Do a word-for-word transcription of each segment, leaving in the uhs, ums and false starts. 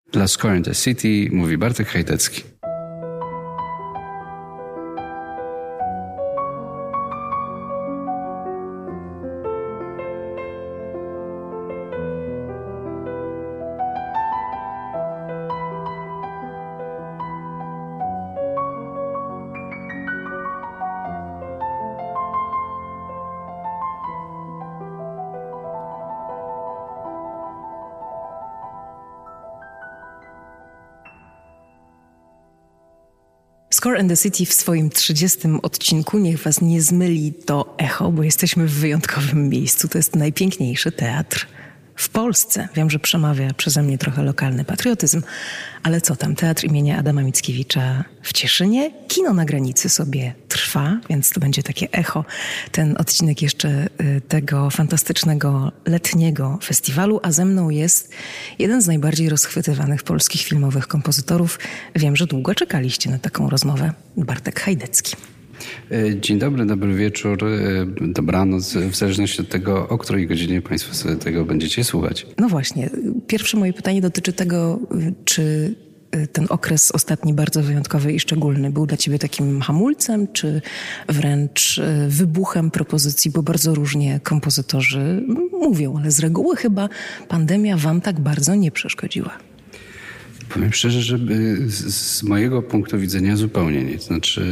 Dla Score and the City mówi Bartek Hajdecki. Score and the City w swoim trzydziestym odcinku, niech was nie zmyli to echo, bo jesteśmy w wyjątkowym miejscu. To jest najpiękniejszy teatr w Polsce. Wiem, że przemawia przeze mnie trochę lokalny patriotyzm, ale co tam, Teatr imienia Adama Mickiewicza w Cieszynie. Kino na granicy sobie trwa, więc to będzie takie echo. Ten odcinek jeszcze tego fantastycznego letniego festiwalu, a ze mną jest jeden z najbardziej rozchwytywanych polskich filmowych kompozytorów. Wiem, że długo czekaliście na taką rozmowę. Bartek Hajdecki. Dzień dobry, dobry wieczór, dobranoc, w zależności od tego, o której godzinie Państwo sobie tego będziecie słuchać. No właśnie, pierwsze moje pytanie dotyczy tego, czy ten okres ostatni bardzo wyjątkowy i szczególny był dla ciebie takim hamulcem, czy wręcz wybuchem propozycji, bo bardzo różnie kompozytorzy mówią, ale z reguły chyba pandemia wam tak bardzo nie przeszkodziła. Powiem szczerze, że z mojego punktu widzenia zupełnie nie. Znaczy,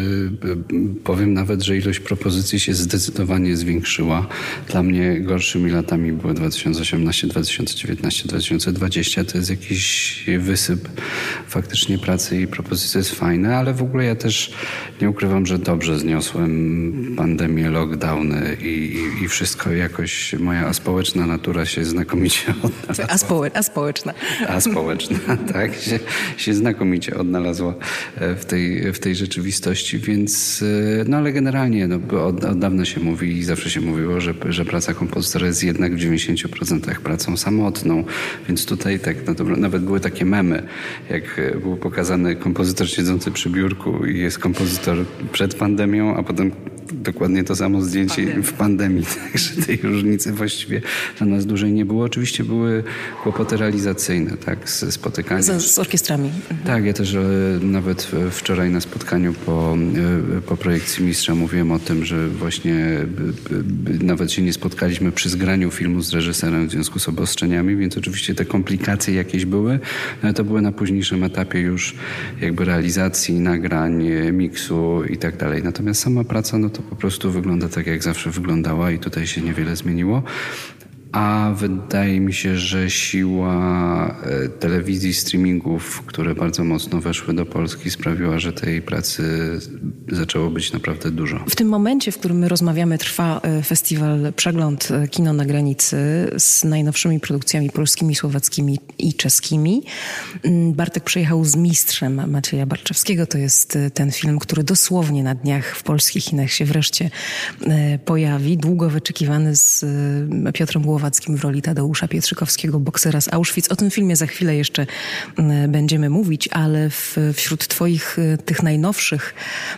powiem nawet, że ilość propozycji się zdecydowanie zwiększyła. Dla mnie gorszymi latami były dwa tysiące osiemnasty, dwa tysiące dziewiętnasty, dwa tysiące dwudziesty. To jest jakiś wysyp faktycznie pracy i propozycji jest fajne, ale w ogóle ja też nie ukrywam, że dobrze zniosłem pandemię, lockdowny i, i, i wszystko jakoś moja aspołeczna natura się znakomicie odnalazła. Aspołe, aspołeczna. Aspołeczna, tak. Się, się znakomicie odnalazła w tej, w tej rzeczywistości, więc no ale generalnie no, od, od dawna się mówi i zawsze się mówiło, że, że praca kompozytora jest jednak w dziewięćdziesięciu procentach pracą samotną, więc tutaj tak no, dobra, nawet były takie memy, jak był pokazany kompozytor siedzący przy biurku i jest kompozytor przed pandemią, a potem dokładnie to samo zdjęcie Pandemia. w pandemii, także tej różnicy właściwie dla nas dłużej nie było. Oczywiście były kłopoty realizacyjne, tak, z spotykaniem. Z, z orkiestrami. Tak, ja też nawet wczoraj na spotkaniu po, po projekcji Mistrza mówiłem o tym, że właśnie nawet się nie spotkaliśmy przy zgraniu filmu z reżyserem w związku z obostrzeniami, więc oczywiście te komplikacje jakieś były, no ale to były na późniejszym etapie już jakby realizacji, nagrań, miksu i tak dalej. Natomiast sama praca, no to po prostu wygląda tak, jak zawsze wyglądała i tutaj się niewiele zmieniło. A wydaje mi się, że siła telewizji, streamingów, które bardzo mocno weszły do Polski, sprawiła, że tej pracy zaczęło być naprawdę dużo. W tym momencie, w którym my rozmawiamy, trwa festiwal Przegląd Kino na granicy z najnowszymi produkcjami polskimi, słowackimi i czeskimi. Bartek przyjechał z Mistrzem Macieja Barczewskiego. To jest ten film, który dosłownie na dniach w polskich kinach się wreszcie pojawi. Długo wyczekiwany z Piotrem Głowackim w roli Tadeusza Pietrzykowskiego, boksera z Auschwitz. O tym filmie za chwilę jeszcze będziemy mówić, ale w, wśród twoich tych najnowszych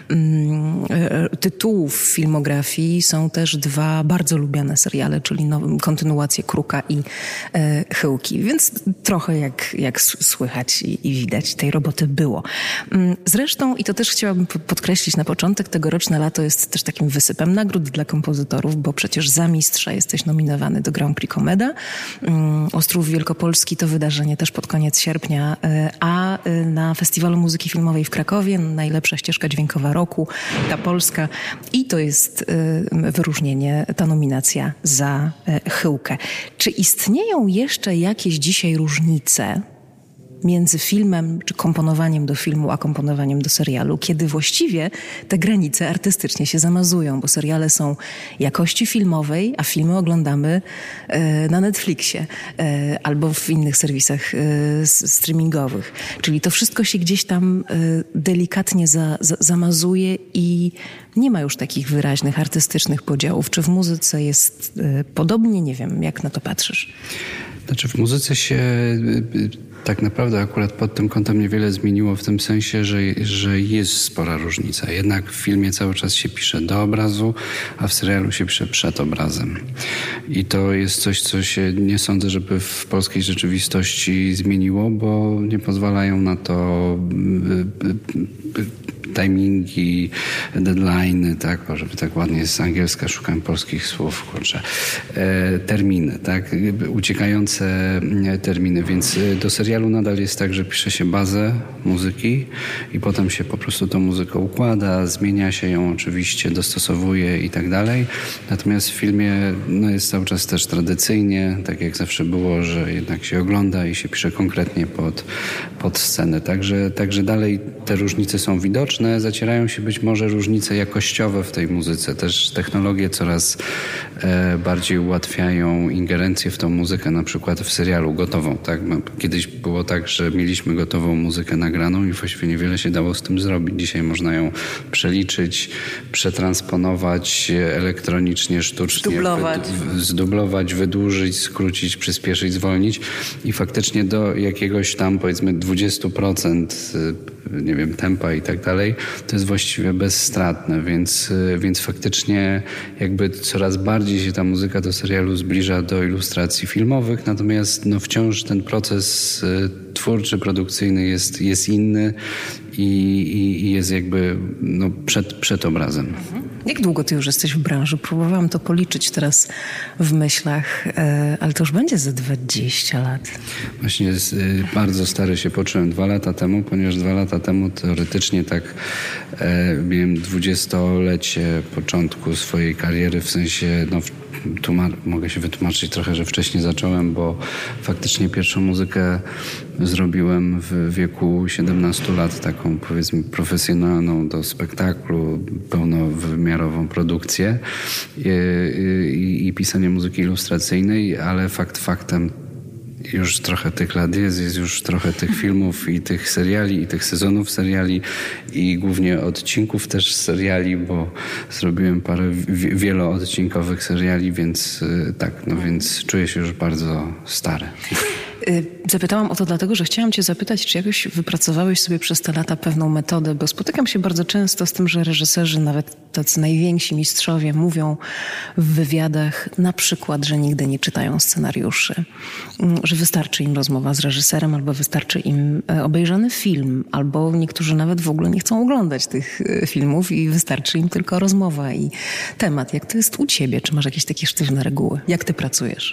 mm, tytułów filmografii są też dwa bardzo lubiane seriale, czyli now, kontynuacje Kruka i e, Chyłki. Więc trochę jak, jak słychać i, i widać, tej roboty było. Zresztą, i to też chciałabym podkreślić na początek, tegoroczne lato jest też takim wysypem nagród dla kompozytorów, bo przecież za Mistrza jesteś nominowany do Grand Prix Komeda. Ostrów Wielkopolski to wydarzenie też pod koniec sierpnia, a na Festiwalu Muzyki Filmowej w Krakowie najlepsza ścieżka dźwiękowa roku, ta polska, i to jest wyróżnienie, ta nominacja za Chyłkę. Czy istnieją jeszcze jakieś dzisiaj różnice między filmem, czy komponowaniem do filmu, a komponowaniem do serialu, kiedy właściwie te granice artystycznie się zamazują, bo seriale są jakości filmowej, a filmy oglądamy e, na Netflixie e, albo w innych serwisach e, streamingowych. Czyli to wszystko się gdzieś tam e, delikatnie za, za, zamazuje i nie ma już takich wyraźnych artystycznych podziałów. Czy w muzyce jest e, podobnie? Nie wiem, jak na to patrzysz? Znaczy w muzyce się tak naprawdę akurat pod tym kątem niewiele zmieniło w tym sensie, że, że jest spora różnica. Jednak w filmie cały czas się pisze do obrazu, a w serialu się pisze przed obrazem. I to jest coś, co się nie sądzę, żeby w polskiej rzeczywistości zmieniło, bo nie pozwalają na to timingi, deadline'y, tak, żeby tak ładnie z angielska szukam polskich słów, kurczę, e, terminy, tak, uciekające terminy, więc do serialu nadal jest tak, że pisze się bazę muzyki i potem się po prostu tą muzykę układa, zmienia się ją oczywiście, dostosowuje i tak dalej, natomiast w filmie no, jest cały czas też tradycyjnie, tak jak zawsze było, że jednak się ogląda i się pisze konkretnie pod, pod scenę, także, także dalej te różnice są widoczne. Zacierają się być może różnice jakościowe w tej muzyce. Też technologie coraz e, bardziej ułatwiają ingerencję w tą muzykę, na przykład w serialu gotową. Tak? Kiedyś było tak, że mieliśmy gotową muzykę nagraną i właściwie niewiele się dało z tym zrobić. Dzisiaj można ją przeliczyć, przetransponować elektronicznie, sztucznie, zdublować, wy, zdublować, wydłużyć, skrócić, przyspieszyć, zwolnić i faktycznie do jakiegoś tam powiedzmy dwadzieścia procent nie wiem, tempa i tak dalej, to jest właściwie bezstratne, więc, więc faktycznie jakby coraz bardziej się ta muzyka do serialu zbliża do ilustracji filmowych, natomiast no wciąż ten proces twórczy, produkcyjny jest, jest inny i, i, i jest jakby no przed, przed obrazem. Mhm. Jak długo ty już jesteś w branży? Próbowałam to policzyć teraz w myślach, ale to już będzie za dwadzieścia lat. Właśnie bardzo stary się poczułem dwa lata temu, ponieważ dwa lata temu teoretycznie tak e, miałem dwudziestolecie początku swojej kariery, w sensie no, tłumacz, mogę się wytłumaczyć trochę, że wcześniej zacząłem, bo faktycznie pierwszą muzykę zrobiłem w wieku siedemnastu lat, taką powiedzmy profesjonalną do spektaklu, pełnowymiarową produkcję i, i, i pisanie muzyki ilustracyjnej, ale fakt faktem już trochę tych lat jest, jest już trochę tych filmów i tych seriali, i tych sezonów seriali i głównie odcinków też seriali, bo zrobiłem parę wi- wieloodcinkowych seriali, więc tak, no więc czuję się już bardzo stary. Zapytałam o to dlatego, że chciałam cię zapytać, czy jakoś wypracowałeś sobie przez te lata pewną metodę, bo spotykam się bardzo często z tym, że reżyserzy, nawet tacy najwięksi mistrzowie, mówią w wywiadach na przykład, że nigdy nie czytają scenariuszy, że wystarczy im rozmowa z reżyserem, albo wystarczy im obejrzany film, albo niektórzy nawet w ogóle nie chcą oglądać tych filmów i wystarczy im tylko rozmowa i temat. Jak to jest u ciebie? Czy masz jakieś takie sztywne reguły? Jak ty pracujesz?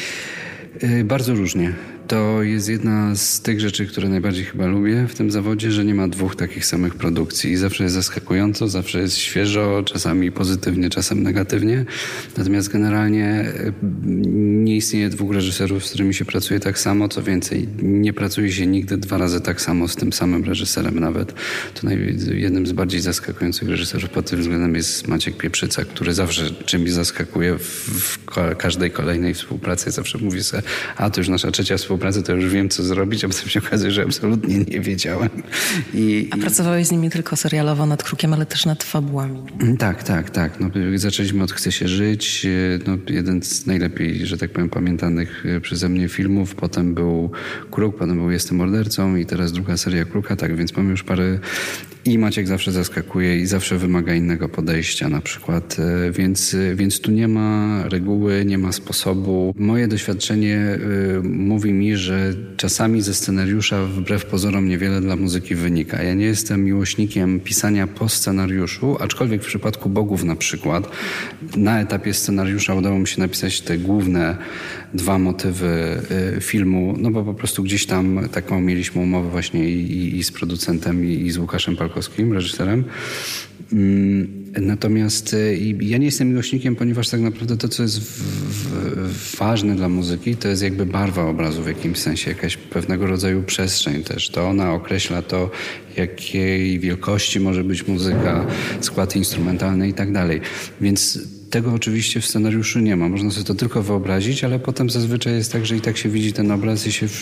Bardzo różnie. To jest jedna z tych rzeczy, które najbardziej chyba lubię w tym zawodzie, że nie ma dwóch takich samych produkcji. I zawsze jest zaskakująco, zawsze jest świeżo, czasami pozytywnie, czasem negatywnie. Natomiast generalnie nie istnieje dwóch reżyserów, z którymi się pracuje tak samo. Co więcej, nie pracuje się nigdy dwa razy tak samo z tym samym reżyserem nawet. To naj- jednym z bardziej zaskakujących reżyserów pod tym względem jest Maciek Pieprzyca, który zawsze czymś zaskakuje w, w ko- każdej kolejnej współpracy. Zawsze mówi sobie, a to już nasza trzecia współpraca, to już wiem, co zrobić, a potem się okazuje, że absolutnie nie wiedziałem. I, a pracowałeś z nimi tylko serialowo nad Krukiem, ale też nad fabułami. Tak, tak, tak. No, zaczęliśmy od Chce się żyć. No, jeden z najlepiej, że tak powiem, pamiętanych przeze mnie filmów. Potem był Kruk, potem był Jestem mordercą i teraz druga seria Kruka. Tak, więc mamy już parę... I Maciek zawsze zaskakuje i zawsze wymaga innego podejścia na przykład. Więc, więc tu nie ma reguły, nie ma sposobu. Moje doświadczenie y, mówi mi, że czasami ze scenariusza wbrew pozorom niewiele dla muzyki wynika. Ja nie jestem miłośnikiem pisania po scenariuszu, aczkolwiek w przypadku Bogów na przykład na etapie scenariusza udało mi się napisać te główne dwa motywy y, filmu, no bo po prostu gdzieś tam taką mieliśmy umowę właśnie i, i, i z producentem i, i z Łukaszem Palkowskim, reżyserem. Mm, Natomiast ja nie jestem miłośnikiem, ponieważ tak naprawdę to, co jest w, w, ważne dla muzyki, to jest jakby barwa obrazu w jakimś sensie, jakaś pewnego rodzaju przestrzeń też. To ona określa to, jakiej wielkości może być muzyka, skład instrumentalny i tak dalej. Więc tego oczywiście w scenariuszu nie ma. Można sobie to tylko wyobrazić, ale potem zazwyczaj jest tak, że i tak się widzi ten obraz i się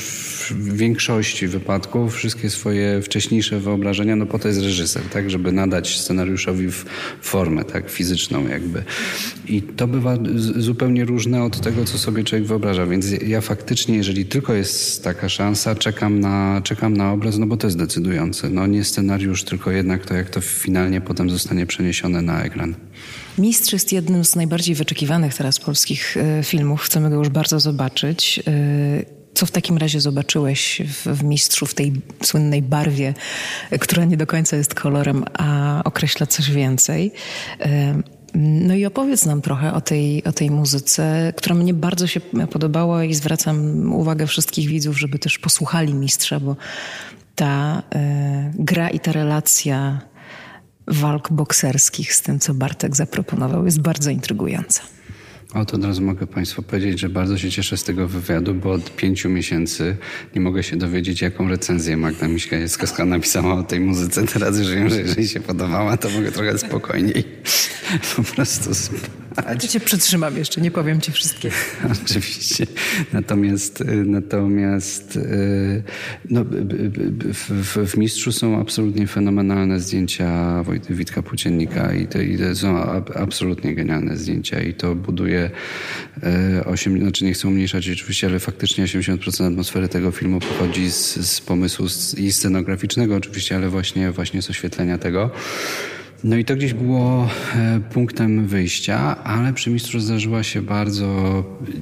w większości wypadków wszystkie swoje wcześniejsze wyobrażenia, no po to jest reżyser, tak, żeby nadać scenariuszowi w formę, tak, fizyczną jakby. I to bywa z, zupełnie różne od tego, co sobie człowiek wyobraża, więc ja faktycznie, jeżeli tylko jest taka szansa, czekam na, czekam na obraz, no bo to jest decydujące. No nie scenariusz, tylko jednak to, jak to finalnie potem zostanie przeniesione na ekran. Mistrz jest jednym z najbardziej wyczekiwanych teraz polskich filmów. Chcemy go już bardzo zobaczyć. Co w takim razie zobaczyłeś w, w Mistrzu, w tej słynnej barwie, która nie do końca jest kolorem, a określa coś więcej? No i opowiedz nam trochę o tej, o tej muzyce, która mnie bardzo się podobała i zwracam uwagę wszystkich widzów, żeby też posłuchali Mistrza, bo ta y, gra i ta relacja walk bokserskich z tym, co Bartek zaproponował, jest bardzo intrygująca. O, to od razu mogę Państwu powiedzieć, że bardzo się cieszę z tego wywiadu, bo od pięciu miesięcy nie mogę się dowiedzieć, jaką recenzję Magda Miśka-Jackowska napisała o tej muzyce. Teraz już wiem, że jeżeli się podobała, to mogę trochę spokojniej po prostu spać. Ja cię przytrzymam jeszcze, nie powiem ci wszystkiego. Oczywiście. Natomiast, natomiast no, w, w, w Mistrzu są absolutnie fenomenalne zdjęcia Wojty Witka Płóciennika i to, i to są absolutnie genialne zdjęcia i to buduje osiem, znaczy nie chcę umniejszać oczywiście, ale faktycznie osiemdziesiąt procent atmosfery tego filmu pochodzi z, z pomysłu z, i scenograficznego oczywiście, ale właśnie, właśnie z oświetlenia tego. No i to gdzieś było punktem wyjścia, ale przy Mistrzu zdarzyła się bardzo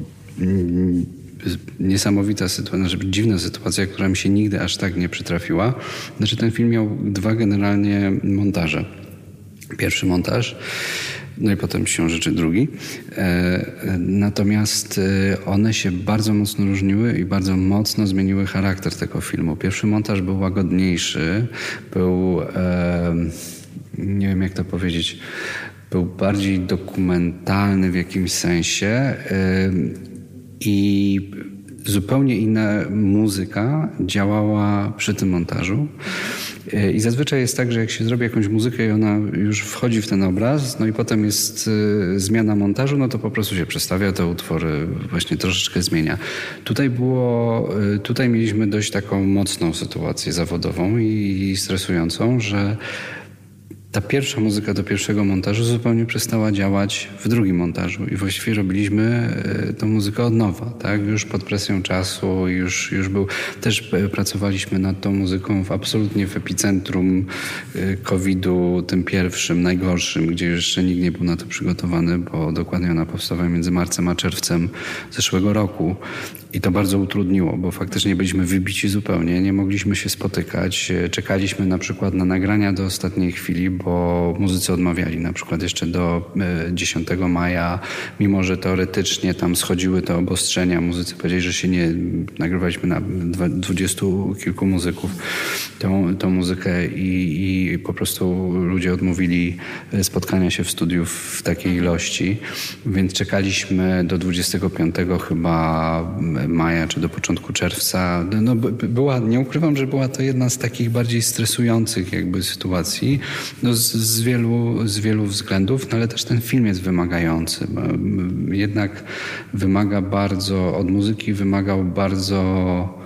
niesamowita sytuacja, znaczy dziwna sytuacja, która mi się nigdy aż tak nie przytrafiła. Znaczy ten film miał dwa generalnie montaże. Pierwszy montaż, no i potem siłą rzeczy drugi. Natomiast one się bardzo mocno różniły i bardzo mocno zmieniły charakter tego filmu. Pierwszy montaż był łagodniejszy, był... nie wiem jak to powiedzieć, był bardziej dokumentalny w jakimś sensie i zupełnie inna muzyka działała przy tym montażu. I zazwyczaj jest tak, że jak się zrobi jakąś muzykę i ona już wchodzi w ten obraz, no i potem jest zmiana montażu, no to po prostu się przestawia, te utwory właśnie troszeczkę zmienia. Tutaj było, tutaj mieliśmy dość taką mocną sytuację zawodową i stresującą, że ta pierwsza muzyka do pierwszego montażu zupełnie przestała działać w drugim montażu i właściwie robiliśmy tą muzykę od nowa, tak? Już pod presją czasu, już, już był... Też pracowaliśmy nad tą muzyką w absolutnie w epicentrum kowida, tym pierwszym, najgorszym, gdzie jeszcze nikt nie był na to przygotowany, bo dokładnie ona powstała między marcem a czerwcem zeszłego roku. I to bardzo utrudniło, bo faktycznie byliśmy wybici zupełnie, nie mogliśmy się spotykać. Czekaliśmy na przykład na nagrania do ostatniej chwili, bo muzycy odmawiali na przykład jeszcze do dziesiątego maja, mimo że teoretycznie tam schodziły te obostrzenia. Muzycy powiedzieli, że się nie... Nagrywaliśmy na dwudziestu kilku muzyków tą, tą muzykę i, i po prostu ludzie odmówili spotkania się w studiu w takiej ilości, więc czekaliśmy do dwudziestego piątego chyba maja czy do początku czerwca. No, była, nie ukrywam, że była to jedna z takich bardziej stresujących jakby sytuacji, no, z, z, wielu, z wielu względów, no, ale też ten film jest wymagający. Jednak wymaga bardzo, od muzyki wymagał bardzo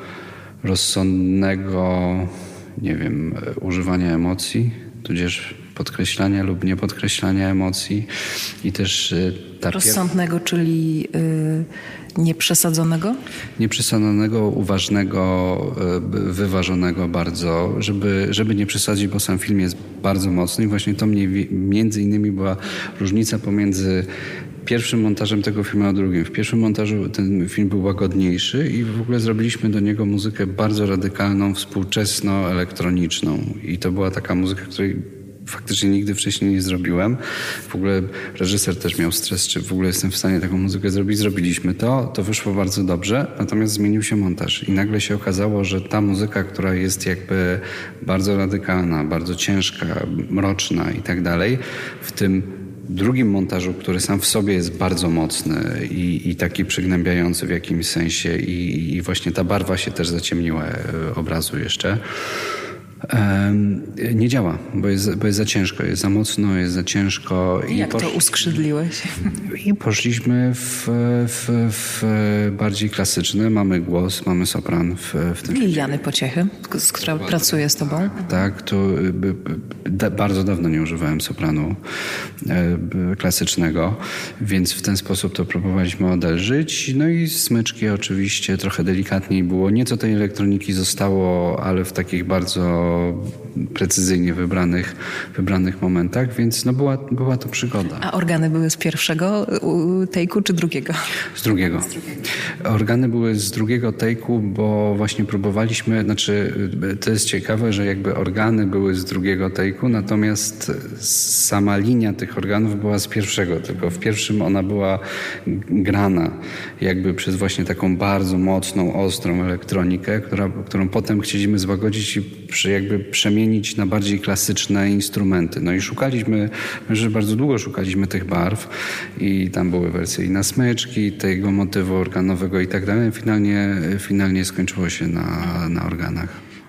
rozsądnego, nie wiem, używania emocji, tudzież podkreślania lub niepodkreślania emocji i też ta rozsądnego, pier... czyli yy, nieprzesadzonego? Nieprzesadzonego, uważnego, yy, wyważonego bardzo, żeby, żeby nie przesadzić, bo sam film jest bardzo mocny i właśnie to mnie, między innymi była różnica pomiędzy pierwszym montażem tego filmu a drugim. W pierwszym montażu ten film był łagodniejszy i w ogóle zrobiliśmy do niego muzykę bardzo radykalną, współczesną, elektroniczną i to była taka muzyka, której faktycznie nigdy wcześniej nie zrobiłem. W ogóle reżyser też miał stres, czy w ogóle jestem w stanie taką muzykę zrobić. Zrobiliśmy to, to wyszło bardzo dobrze, natomiast zmienił się montaż i nagle się okazało, że ta muzyka, która jest jakby bardzo radykalna, bardzo ciężka, mroczna i tak dalej, w tym drugim montażu, który sam w sobie jest bardzo mocny i, i taki przygnębiający w jakimś sensie i, i właśnie ta barwa się też zaciemniła obrazu jeszcze. Nie działa, bo jest, bo jest za ciężko, jest za mocno, jest za ciężko. I jak posz... to uskrzydliłeś? I poszliśmy w, w, w bardziej klasyczne. Mamy głos, mamy sopran w, w tym. Liliany Pociechy, z która pracuje z tobą. Tak, to da, bardzo dawno nie używałem sopranu e, klasycznego, więc w ten sposób to próbowaliśmy odelżyć. No i smyczki oczywiście trochę delikatniej było. Nieco tej elektroniki zostało, ale w takich bardzo precyzyjnie wybranych, wybranych momentach, więc no była, była to przygoda. A organy były z pierwszego take'u czy drugiego? Z drugiego. Z drugiego. Organy były z drugiego take'u, bo właśnie próbowaliśmy, znaczy to jest ciekawe, że jakby organy były z drugiego take'u, natomiast sama linia tych organów była z pierwszego, tylko w pierwszym ona była grana jakby przez właśnie taką bardzo mocną, ostrą elektronikę, która, którą potem chcieliśmy złagodzić i przy, jakby przemienić na bardziej klasyczne instrumenty. No i szukaliśmy, że bardzo długo szukaliśmy tych barw i tam były wersje i na smyczki, tego motywu organowego i tak dalej. Finalnie, finalnie skończyło się na, na organach.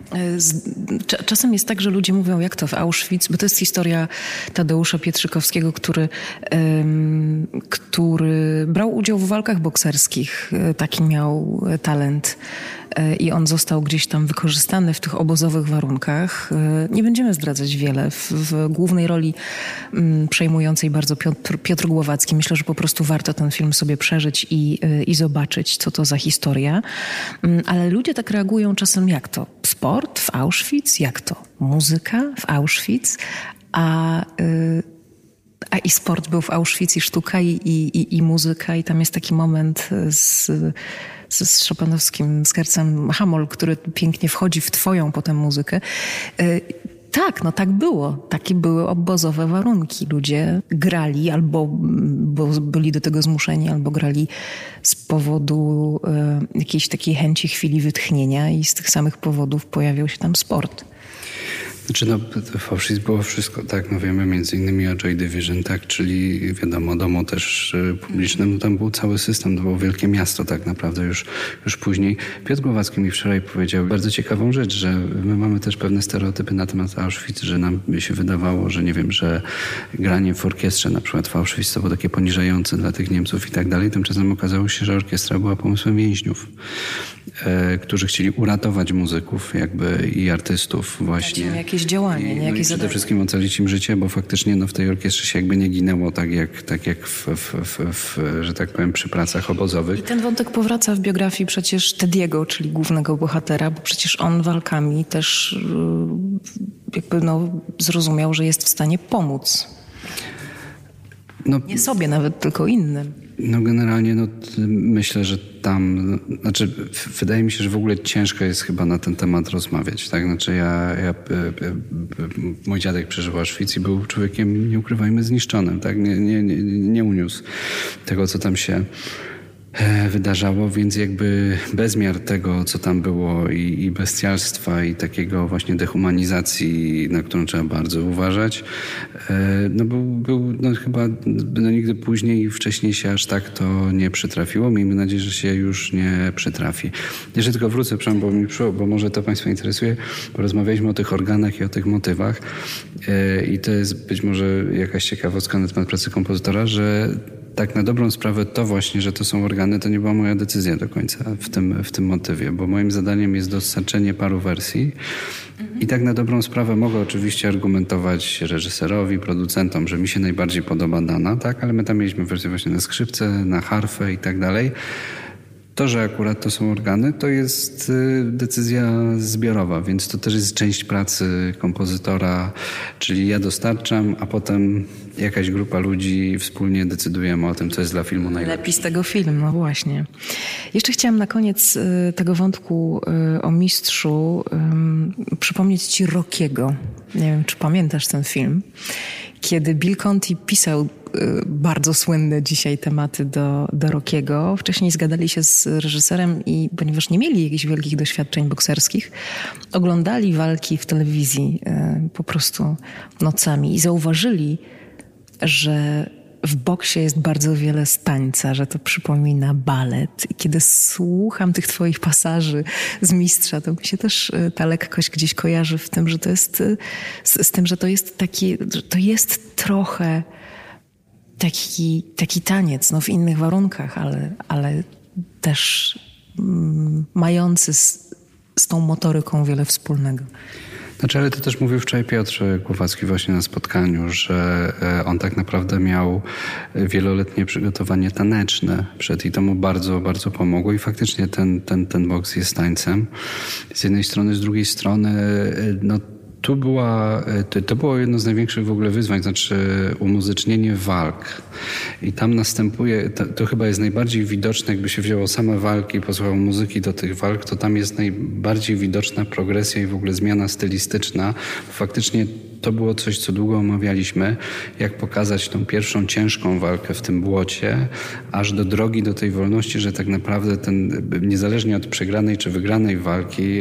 Czasem jest tak, że ludzie mówią, jak to w Auschwitz, bo to jest historia Tadeusza Pietrzykowskiego, który, um, który brał udział w walkach bokserskich. Taki miał talent i on został gdzieś tam wykorzystany w tych obozowych warunkach. Nie będziemy zdradzać wiele. W, w głównej roli um, przejmującej bardzo Piotr, Piotr Głowacki. Myślę, że po prostu warto ten film sobie przeżyć i, i zobaczyć, co to za historia. Um, ale ludzie tak reagują czasem, jak to? Sport w Auschwitz? Jak to? Muzyka w Auschwitz? A, yy, a i sport był w Auschwitz, i sztuka, i, i, i muzyka. I tam jest taki moment z, z, z Chopinowskim skercem Hamol, który pięknie wchodzi w twoją potem muzykę. Yy, Tak, no tak było. Takie były obozowe warunki. Ludzie grali albo bo byli do tego zmuszeni, albo grali z powodu e, jakiejś takiej chęci chwili wytchnienia i z tych samych powodów pojawiał się tam sport. Znaczy no, w Auschwitz było wszystko, tak, no wiemy między innymi o Joy Division, tak, czyli wiadomo, domu też publicznym, no tam był cały system, to było wielkie miasto tak naprawdę już, już później. Piotr Głowacki mi wczoraj powiedział bardzo ciekawą rzecz, że my mamy też pewne stereotypy na temat Auschwitz, że nam się wydawało, że nie wiem, że granie w orkiestrze na przykład w Auschwitz to było takie poniżające dla tych Niemców i tak dalej, tymczasem okazało się, że orkiestra była pomysłem więźniów, e, którzy chcieli uratować muzyków jakby i artystów właśnie. Jakieś działanie, nie? I, no jakieś i przede wszystkim ocalić im życie, bo faktycznie no, w tej orkiestrze się jakby nie ginęło tak jak, tak jak w, w, w, w, że tak powiem, przy pracach obozowych. I ten wątek powraca w biografii przecież Tediego, czyli głównego bohatera, bo przecież on walkami też jakby no, zrozumiał, że jest w stanie pomóc. No, nie sobie nawet, tylko innym. No generalnie no, myślę, że tam, znaczy wydaje mi się, że w ogóle ciężko jest chyba na ten temat rozmawiać, tak? Znaczy ja, ja mój dziadek przeżył Auschwitz i był człowiekiem, nie ukrywajmy, zniszczonym, tak? Nie, nie, nie, nie uniósł tego, co tam się wydarzało, więc jakby bezmiar tego, co tam było i, i bestialstwa i takiego właśnie dehumanizacji, na którą trzeba bardzo uważać, no był, był no chyba no nigdy później i wcześniej się aż tak to nie przytrafiło. Miejmy nadzieję, że się już nie przytrafi. Jeszcze tylko wrócę, bo, mi, bo może to Państwa interesuje, bo rozmawialiśmy o tych organach i o tych motywach i to jest być może jakaś ciekawostka na temat pracy kompozytora, że tak na dobrą sprawę to właśnie, że to są organy, to nie była moja decyzja do końca w tym, w tym motywie, bo moim zadaniem jest dostarczenie paru wersji i tak na dobrą sprawę mogę oczywiście argumentować reżyserowi, producentom, że mi się najbardziej podoba dana, tak, ale my tam mieliśmy wersję właśnie na skrzypce, na harfę i tak dalej. To, że akurat to są organy, to jest decyzja zbiorowa, więc to też jest część pracy kompozytora, czyli ja dostarczam, a potem jakaś grupa ludzi wspólnie decydujemy o tym, co jest dla filmu najlepsze. Lepiej z tego film, no właśnie. Jeszcze chciałam na koniec tego wątku o mistrzu przypomnieć ci Rockiego. Nie wiem, czy pamiętasz ten film? Kiedy Bill Conti pisał bardzo słynne dzisiaj tematy do, do Rockiego. Wcześniej zgadali się z reżyserem i ponieważ nie mieli jakichś wielkich doświadczeń bokserskich, oglądali walki w telewizji po prostu nocami i zauważyli, że w boksie jest bardzo wiele z tańca, że to przypomina balet. I kiedy słucham tych twoich pasaży z Mistrza, to mi się też ta lekkość gdzieś kojarzy w tym, że to jest z, z tym, że to jest taki, to jest trochę taki, taki taniec, no w innych warunkach, ale, ale też mm, mający z, z tą motoryką wiele wspólnego. Znaczy, ale to też mówił wczoraj Piotr Głowacki właśnie na spotkaniu, że on tak naprawdę miał wieloletnie przygotowanie taneczne przed i to mu bardzo, bardzo pomogło i faktycznie ten, ten, ten boks jest tańcem. Z jednej strony, z drugiej strony, no tu była, to, to było jedno z największych w ogóle wyzwań, znaczy umuzycznienie walk. I tam następuje, to, to chyba jest najbardziej widoczne, jakby się wzięło same walki i posłuchało muzyki do tych walk, to tam jest najbardziej widoczna progresja i w ogóle zmiana stylistyczna. Faktycznie to było coś, co długo omawialiśmy, jak pokazać tą pierwszą ciężką walkę w tym błocie, aż do drogi do tej wolności, że tak naprawdę ten, niezależnie od przegranej czy wygranej walki,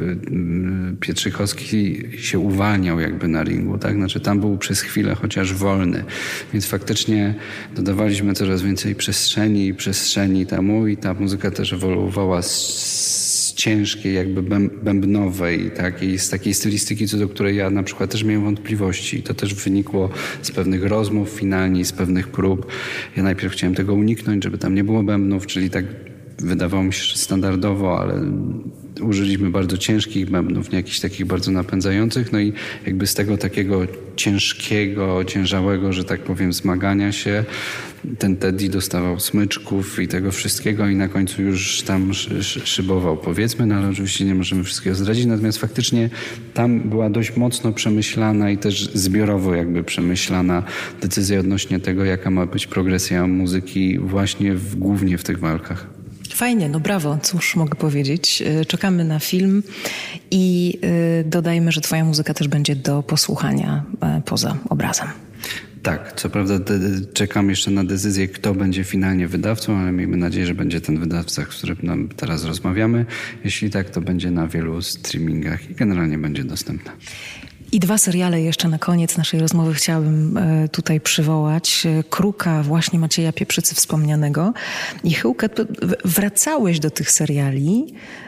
Pietrzykowski się uwalniał jakby na ringu, tak? Znaczy tam był przez chwilę chociaż wolny, więc faktycznie dodawaliśmy coraz więcej przestrzeni i przestrzeni temu i ta muzyka też ewoluowała z ciężkiej, jakby bębnowej, tak? I z takiej stylistyki, co do której ja na przykład też miałem wątpliwości. I to też wynikło z pewnych rozmów finalnie, z pewnych prób. Ja najpierw chciałem tego uniknąć, żeby tam nie było bębnów, czyli tak wydawało mi się, że standardowo, ale użyliśmy bardzo ciężkich bębnów, nie jakichś takich bardzo napędzających. No i jakby z tego takiego ciężkiego, ciężałego, że tak powiem, zmagania się ten Teddy dostawał smyczków i tego wszystkiego i na końcu już tam szybował, powiedzmy, no ale oczywiście nie możemy wszystkiego zdradzić. Natomiast faktycznie tam była dość mocno przemyślana i też zbiorowo jakby przemyślana decyzja odnośnie tego, jaka ma być progresja muzyki właśnie w, głównie w tych walkach. Fajnie, no brawo, cóż mogę powiedzieć. Czekamy na film i dodajmy, że twoja muzyka też będzie do posłuchania poza obrazem. Tak, co prawda czekam jeszcze na decyzję, kto będzie finalnie wydawcą, ale miejmy nadzieję, że będzie ten wydawca, z którym nam teraz rozmawiamy. Jeśli tak, to będzie na wielu streamingach i generalnie będzie dostępna. I dwa seriale jeszcze na koniec naszej rozmowy chciałabym tutaj przywołać. Kruka właśnie Macieja Pieprzycy wspomnianego. I Chyłkę, wracałeś do tych seriali,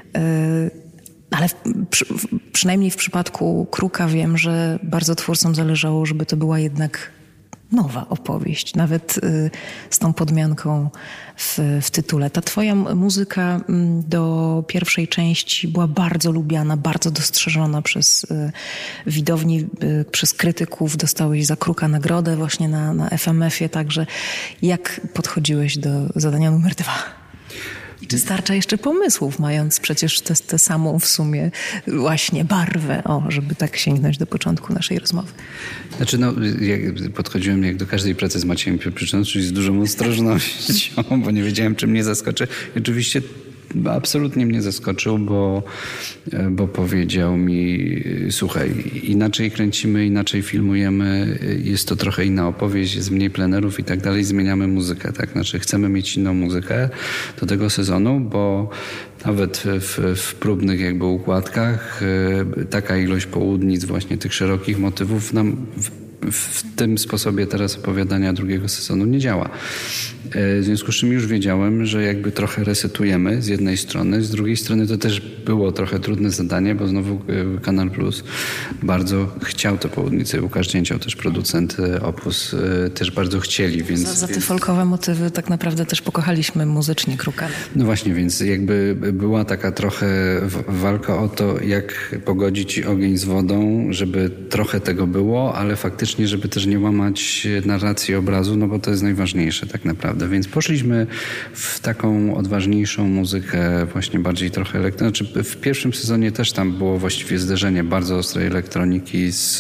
ale przy, przynajmniej w przypadku Kruka wiem, że bardzo twórcom zależało, żeby to była jednak nowa opowieść, nawet y, z tą podmianką w, w tytule. Ta twoja muzyka y, do pierwszej części była bardzo lubiana, bardzo dostrzeżona przez y, widowni, y, przez krytyków. Dostałeś za Kruka nagrodę właśnie na, na F M F-ie, także jak podchodziłeś do zadania numer dwa? I czy starcza jeszcze pomysłów, mając przecież tę samą w sumie właśnie barwę, o, żeby tak sięgnąć do początku naszej rozmowy? Znaczy, no, ja podchodziłem jak do każdej pracy z Maciejem Pieprzycą, czyli z dużą ostrożnością, bo nie wiedziałem, czy mnie zaskoczy. I oczywiście absolutnie mnie zaskoczył, bo, bo powiedział mi, słuchaj, inaczej kręcimy, inaczej filmujemy, jest to trochę inna opowieść, jest mniej plenerów i tak dalej, zmieniamy muzykę, tak? Znaczy chcemy mieć inną muzykę do tego sezonu, bo nawet w, w próbnych jakby układkach taka ilość południc właśnie tych szerokich motywów nam w, w tym sposobie teraz opowiadania drugiego sezonu nie działa. W związku z czym już wiedziałem, że jakby trochę resetujemy z jednej strony, z drugiej strony to też było trochę trudne zadanie, bo znowu Kanal Plus bardzo chciał te południce. Łukasz Dzięcioł, też producent Opus, też bardzo chcieli. Więc, za, za te więc... folkowe motywy tak naprawdę też pokochaliśmy muzycznie Kruka. No właśnie, więc jakby była taka trochę walka o to, jak pogodzić ogień z wodą, żeby trochę tego było, ale faktycznie, żeby też nie łamać narracji obrazu, no bo to jest najważniejsze tak naprawdę. Więc poszliśmy w taką odważniejszą muzykę, właśnie bardziej trochę elektroniczną. Znaczy w pierwszym sezonie też tam było właściwie zderzenie bardzo ostrej elektroniki z,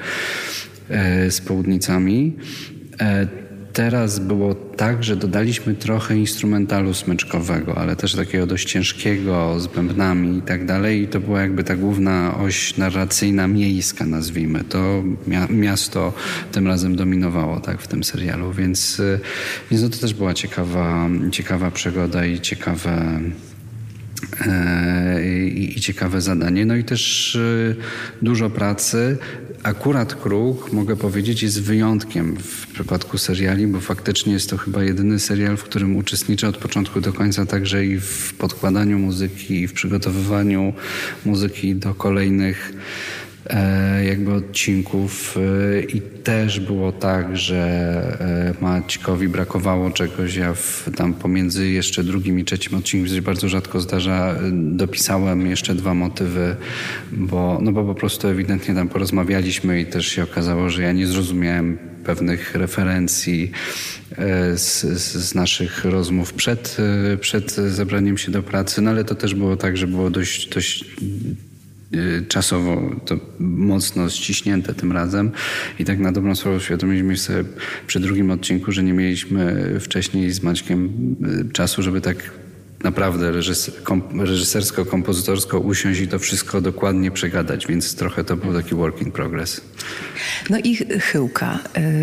z południcami. Teraz było tak, że dodaliśmy trochę instrumentalu smyczkowego, ale też takiego dość ciężkiego, z bębnami i tak dalej. I to była jakby ta główna oś narracyjna miejska, nazwijmy. To miasto tym razem dominowało tak w tym serialu, więc, więc no to też była ciekawa, ciekawa przygoda i ciekawe, I, i ciekawe zadanie. No i też dużo pracy. Akurat Kruk, mogę powiedzieć, jest wyjątkiem w przypadku seriali, bo faktycznie jest to chyba jedyny serial, w którym uczestniczę od początku do końca, także i w podkładaniu muzyki, i w przygotowywaniu muzyki do kolejnych jakby odcinków i też było tak, że Maćkowi brakowało czegoś, ja w, tam pomiędzy jeszcze drugim i trzecim odcinkiem, co się bardzo rzadko zdarza, dopisałem jeszcze dwa motywy, bo, no bo po prostu ewidentnie tam porozmawialiśmy i też się okazało, że ja nie zrozumiałem pewnych referencji z, z, z naszych rozmów przed, przed zabraniem się do pracy, no ale to też było tak, że było dość, dość czasowo to mocno ściśnięte tym razem i tak na dobrą sprawę uświadomiliśmy sobie przy drugim odcinku, że nie mieliśmy wcześniej z Maćkiem czasu, żeby tak naprawdę reżyser, kom, reżysersko-kompozytorsko usiąść i to wszystko dokładnie przegadać, więc trochę to był taki work in progress. No i Chyłka.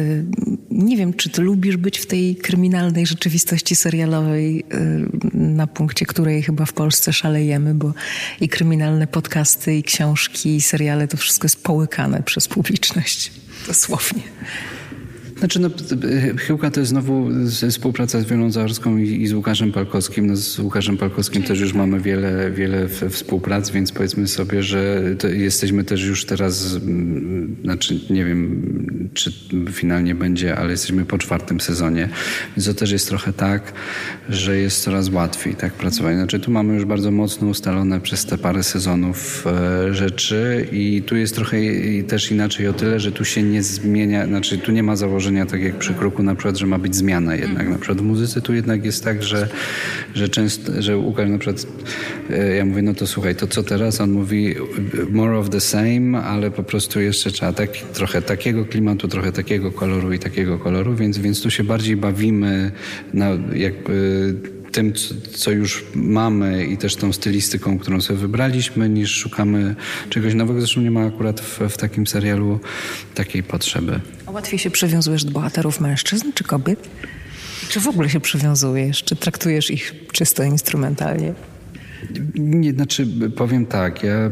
Nie wiem, czy ty lubisz być w tej kryminalnej rzeczywistości serialowej, na punkcie której chyba w Polsce szalejemy, bo i kryminalne podcasty, i książki, i seriale, to wszystko jest połykane przez publiczność. Dosłownie. Znaczy, no, Chyłka to jest znowu współpraca z Wiolą Zaorską i, i z Łukaszem Palkowskim. No, z Łukaszem Palkowskim też już mamy wiele, wiele współprac, więc powiedzmy sobie, że to jesteśmy też już teraz, znaczy nie wiem, czy finalnie będzie, ale jesteśmy po czwartym sezonie. Więc to też jest trochę tak, że jest coraz łatwiej tak pracować. Znaczy tu mamy już bardzo mocno ustalone przez te parę sezonów e, rzeczy i tu jest trochę i też inaczej o tyle, że tu się nie zmienia, znaczy tu nie ma założenia tak jak przy Kruku na przykład, że ma być zmiana jednak. Na przykład w muzyce tu jednak jest tak, że, że często, że Łukasz na przykład, ja mówię, no to słuchaj, to co teraz? On mówi more of the same, ale po prostu jeszcze trzeba tak, trochę takiego klimatu, trochę takiego koloru i takiego koloru, więc, więc tu się bardziej bawimy na jakby tym, co już mamy i też tą stylistyką, którą sobie wybraliśmy, niż szukamy czegoś nowego. Zresztą nie ma akurat w, w takim serialu takiej potrzeby. A łatwiej się przywiązujesz do bohaterów mężczyzn czy kobiet? Czy w ogóle się przywiązujesz? Czy traktujesz ich czysto instrumentalnie? Nie, znaczy powiem tak, ja,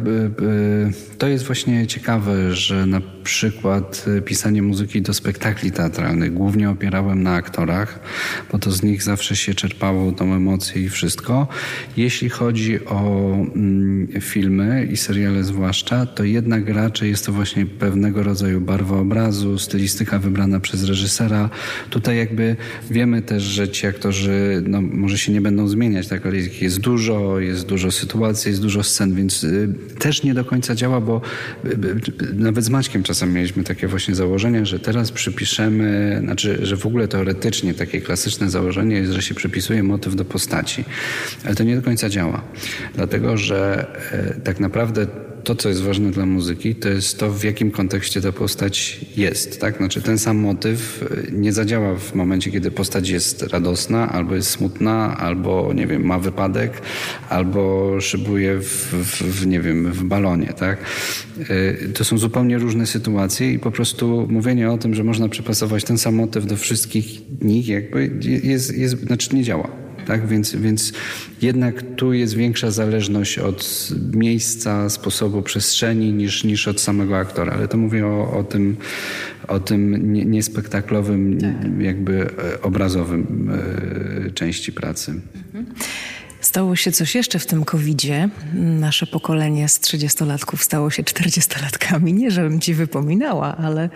to jest właśnie ciekawe, że na przykład pisanie muzyki do spektakli teatralnych głównie opierałem na aktorach, bo to z nich zawsze się czerpało tą emocję i wszystko. Jeśli chodzi o mm, filmy i seriale zwłaszcza, to jednak raczej jest to właśnie pewnego rodzaju barwa obrazu, stylistyka wybrana przez reżysera. Tutaj jakby wiemy też, że ci aktorzy no, może się nie będą zmieniać, tak, ale jest dużo, jest dużo sytuacji, jest dużo scen, więc y, też nie do końca działa, bo y, y, nawet z Maćkiem czasem mieliśmy takie właśnie założenia, że teraz przypiszemy, znaczy, że w ogóle teoretycznie takie klasyczne założenie jest, że się przypisuje motyw do postaci. Ale to nie do końca działa. Dlatego, że y, tak naprawdę to, co jest ważne dla muzyki, to jest to, w jakim kontekście ta postać jest. Tak? Znaczy ten sam motyw nie zadziała w momencie, kiedy postać jest radosna, albo jest smutna, albo, nie wiem, ma wypadek, albo szybuje w, w, w nie wiem, w balonie. Tak? To są zupełnie różne sytuacje i po prostu mówienie o tym, że można przypasować ten sam motyw do wszystkich nich, jakby jest, jest, znaczy nie działa. Tak? Więc, więc jednak tu jest większa zależność od miejsca, sposobu, przestrzeni niż, niż od samego aktora. Ale to mówię o, o tym, o tym niespektaklowym, tak. jakby obrazowym y, części pracy. Mhm. Stało się coś jeszcze w tym kowidzie. Nasze pokolenie z trzydziestolatków stało się czterdziestolatkami. Nie, żebym ci wypominała, ale...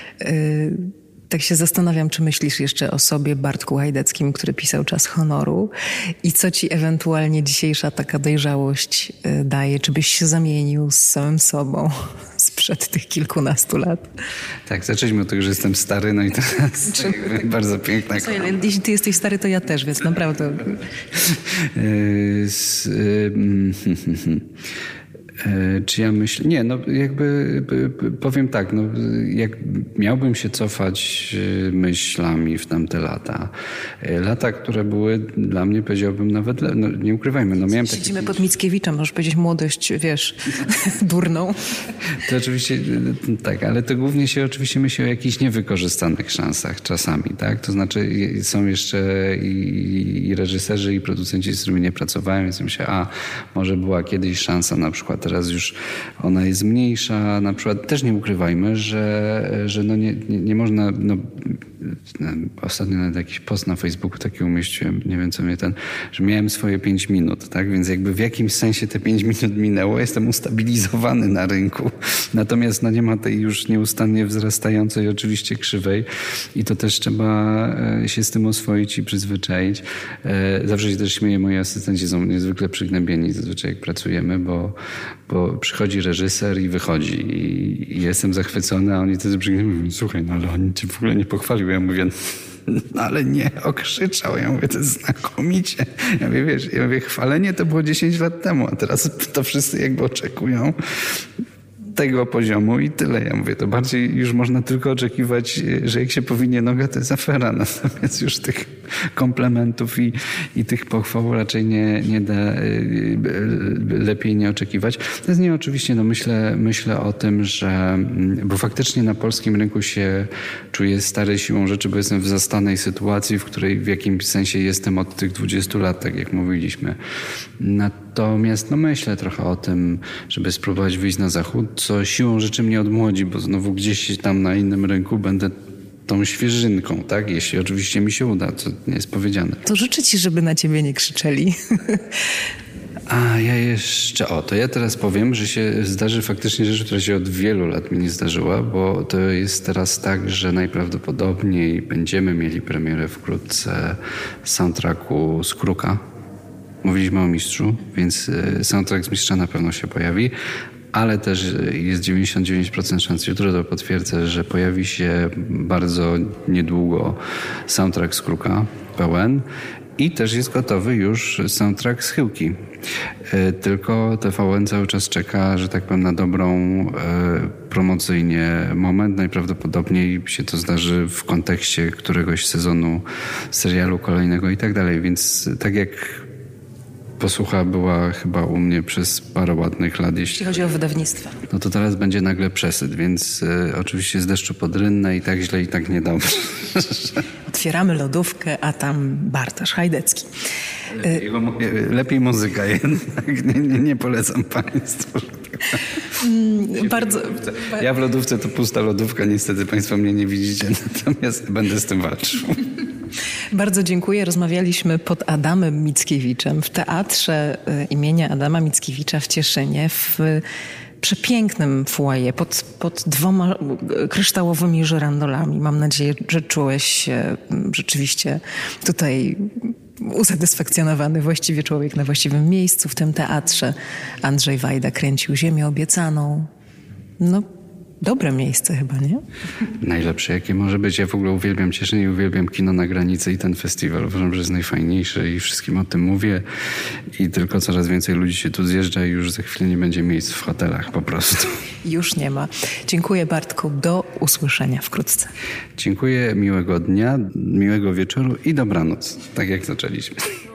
Y, Tak się zastanawiam, czy myślisz jeszcze o sobie, Bartku Hajdeckim, który pisał Czas honoru i co ci ewentualnie dzisiejsza taka dojrzałość daje? Czy byś się zamienił z samym sobą sprzed tych kilkunastu lat? Tak, zaczęliśmy od tego, że jestem stary, no i to jest bardzo piękna co, jeśli ty jesteś stary, to ja też, więc naprawdę... Czy ja myślę? Nie, no jakby powiem tak, no jak miałbym się cofać myślami w tamte lata, lata, które były dla mnie, powiedziałbym nawet, no nie ukrywajmy, no miałem takie... Siedzimy pod Mickiewiczem, możesz powiedzieć młodość, wiesz, durną. To oczywiście tak, ale to głównie się oczywiście myśli o jakichś niewykorzystanych szansach czasami, tak? To znaczy są jeszcze i, i reżyserzy, i producenci, z którymi nie pracowałem, więc myślę, a może była kiedyś szansa na przykład, teraz już ona jest mniejsza, na przykład też nie ukrywajmy, że, że no nie, nie, nie można, no, ostatnio nawet jakiś post na Facebooku taki umieściłem, nie wiem co mnie ten, że miałem swoje pięć minut, tak? Więc jakby w jakimś sensie te pięć minut minęło, jestem ustabilizowany na rynku. Natomiast no nie ma tej już nieustannie wzrastającej oczywiście krzywej i to też trzeba się z tym oswoić i przyzwyczaić. Zawsze się też śmieję, moi asystenci są niezwykle przygnębieni zazwyczaj jak pracujemy, bo, bo przychodzi reżyser i wychodzi i, i jestem zachwycony, a oni wtedy przygnębieni, słuchaj, no ale on cię w ogóle nie pochwalił. Ja mówię, no ale nie, okrzyczał. Ja mówię, to jest znakomicie. Ja mówię, wiesz, ja mówię, chwalenie to było dziesięć lat temu, a teraz to wszyscy jakby oczekują tego poziomu i tyle. Ja mówię, to bardziej już można tylko oczekiwać, że jak się powinie noga, to jest afera. Natomiast już tych komplementów i, i tych pochwał raczej nie, nie da, lepiej nie oczekiwać. To jest nie oczywiście, no myślę, myślę o tym, że, bo faktycznie na polskim rynku się czuję stary siłą rzeczy, bo jestem w zastanej sytuacji, w której w jakimś sensie jestem od tych dwudziestu lat, tak jak mówiliśmy. Natomiast no myślę trochę o tym, żeby spróbować wyjść na zachód, co siłą rzeczy mnie odmłodzi, bo znowu gdzieś tam na innym rynku będę tą świeżynką, tak? Jeśli oczywiście mi się uda, co nie jest powiedziane. To życzę ci, żeby na ciebie nie krzyczeli. A ja jeszcze, o, to ja teraz powiem, że się zdarzy faktycznie rzecz, która się od wielu lat mi nie zdarzyła, bo to jest teraz tak, że najprawdopodobniej będziemy mieli premierę wkrótce soundtracku z Kruka. Mówiliśmy o Mistrzu, więc soundtrack z Mistrza na pewno się pojawi. Ale też jest dziewięćdziesiąt dziewięć procent szans, jutro to potwierdzę, że pojawi się bardzo niedługo soundtrack z Kruka, pełen. I też jest gotowy już soundtrack z Chyłki. Tylko T V N cały czas czeka, że tak powiem, na dobrą promocyjnie moment. Najprawdopodobniej się to zdarzy w kontekście któregoś sezonu serialu kolejnego i tak dalej. Więc tak jak posłucha była chyba u mnie przez parę ładnych lat. Jeśli chodzi o wydawnictwo. No to teraz będzie nagle przesyt, więc y, oczywiście z deszczu pod rynnę i tak źle, i tak niedobrze. Otwieramy lodówkę, a tam Bartosz Hajdecki. Lepiej, y- lepiej muzyka jednak. Nie, nie, nie polecam państwu. Mm, bardzo. Ja w lodówce to pusta lodówka, niestety państwo mnie nie widzicie, natomiast będę z tym walczył. Bardzo dziękuję. Rozmawialiśmy pod Adamem Mickiewiczem w Teatrze imienia Adama Mickiewicza w Cieszynie, w przepięknym foyer pod, pod dwoma kryształowymi żyrandolami. Mam nadzieję, że czułeś się rzeczywiście tutaj usatysfakcjonowany, właściwie człowiek na właściwym miejscu w tym teatrze. Andrzej Wajda kręcił Ziemię Obiecaną. No, dobre miejsce chyba, nie? Najlepsze, jakie może być. Ja w ogóle uwielbiam Cieszyn i uwielbiam Kino na Granicy i ten festiwal. Uważam, że jest najfajniejszy i wszystkim o tym mówię. I tylko coraz więcej ludzi się tu zjeżdża i już za chwilę nie będzie miejsc w hotelach po prostu. Już nie ma. Dziękuję, Bartku. Do usłyszenia wkrótce. Dziękuję. Miłego dnia, miłego wieczoru i dobranoc. Tak jak zaczęliśmy.